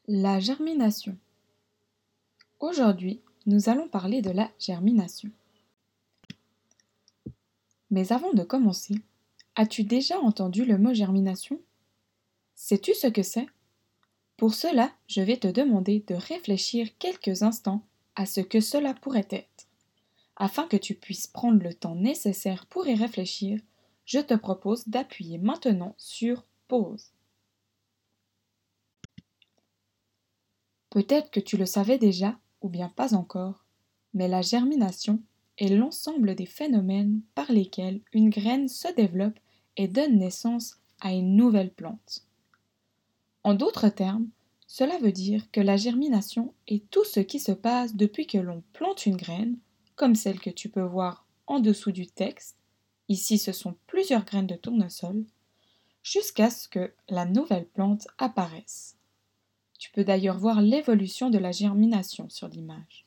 La germination. Aujourd'hui, nous allons parler de la germination. Mais avant de commencer, as-tu déjà entendu le mot germination? Sais-tu ce que c'est? Pour cela, je vais te demander de réfléchir quelques instants à ce que cela pourrait être. Afin que tu puisses prendre le temps nécessaire pour y réfléchir, je te propose d'appuyer maintenant sur pause. Peut-être que tu le savais déjà, ou bien pas encore, mais la germination est l'ensemble des phénomènes par lesquels une graine se développe et donne naissance à une nouvelle plante. En d'autres termes, cela veut dire que la germination est tout ce qui se passe depuis que l'on plante une graine, comme celle que tu peux voir en dessous du texte, ici ce sont plusieurs graines de tournesol, jusqu'à ce que la nouvelle plante apparaisse. Tu peux d'ailleurs voir l'évolution de la germination sur l'image.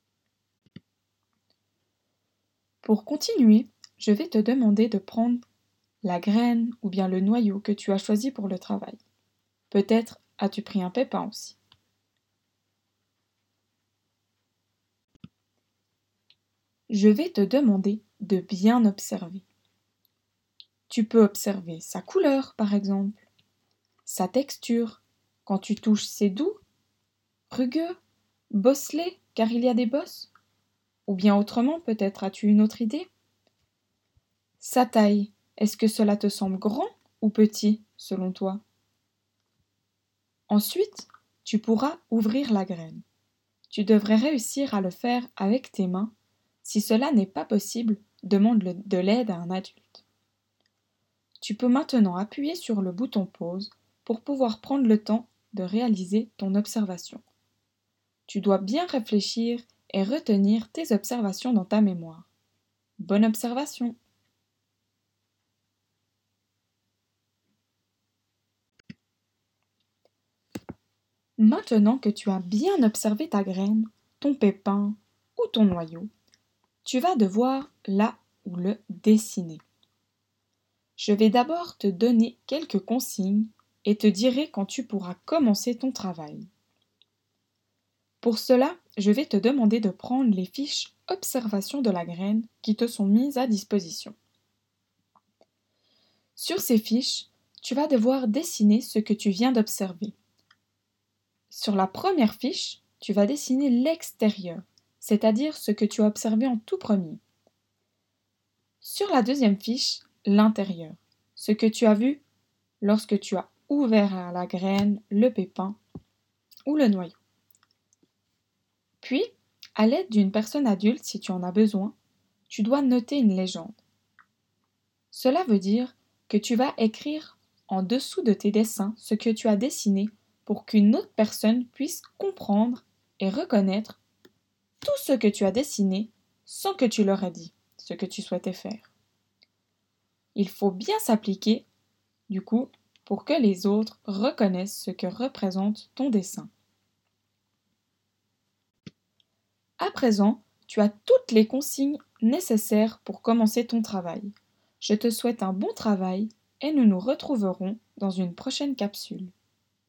Pour continuer, je vais te demander de prendre la graine ou bien le noyau que tu as choisi pour le travail. Peut-être as-tu pris un pépin aussi. Je vais te demander de bien observer. Tu peux observer sa couleur, par exemple, sa texture. Quand tu touches, c'est doux, rugueux, bosselé, car il y a des bosses. Ou bien autrement, peut-être as-tu une autre idée? Sa taille, est-ce que cela te semble grand ou petit, selon toi? Ensuite, tu pourras ouvrir la graine. Tu devrais réussir à le faire avec tes mains. Si cela n'est pas possible, demande de l'aide à un adulte. Tu peux maintenant appuyer sur le bouton pause pour pouvoir prendre le temps de réaliser ton observation. Tu dois bien réfléchir et retenir tes observations dans ta mémoire. Bonne observation! Maintenant que tu as bien observé ta graine, ton pépin ou ton noyau, tu vas devoir là ou le dessiner. Je vais d'abord te donner quelques consignes et te dirai quand tu pourras commencer ton travail. Pour cela, je vais te demander de prendre les fiches observation de la graine qui te sont mises à disposition. Sur ces fiches, tu vas devoir dessiner ce que tu viens d'observer. Sur la première fiche, tu vas dessiner l'extérieur, c'est-à-dire ce que tu as observé en tout premier. Sur la deuxième fiche, l'intérieur, ce que tu as vu lorsque tu as ouvert la graine, le pépin ou le noyau. Puis, à l'aide d'une personne adulte, si tu en as besoin, tu dois noter une légende. Cela veut dire que tu vas écrire en dessous de tes dessins ce que tu as dessiné pour qu'une autre personne puisse comprendre et reconnaître tout ce que tu as dessiné sans que tu leur aies dit ce que tu souhaitais faire. Il faut bien s'appliquer, du coup, pour que les autres reconnaissent ce que représente ton dessin. À présent, tu as toutes les consignes nécessaires pour commencer ton travail. Je te souhaite un bon travail et nous nous retrouverons dans une prochaine capsule.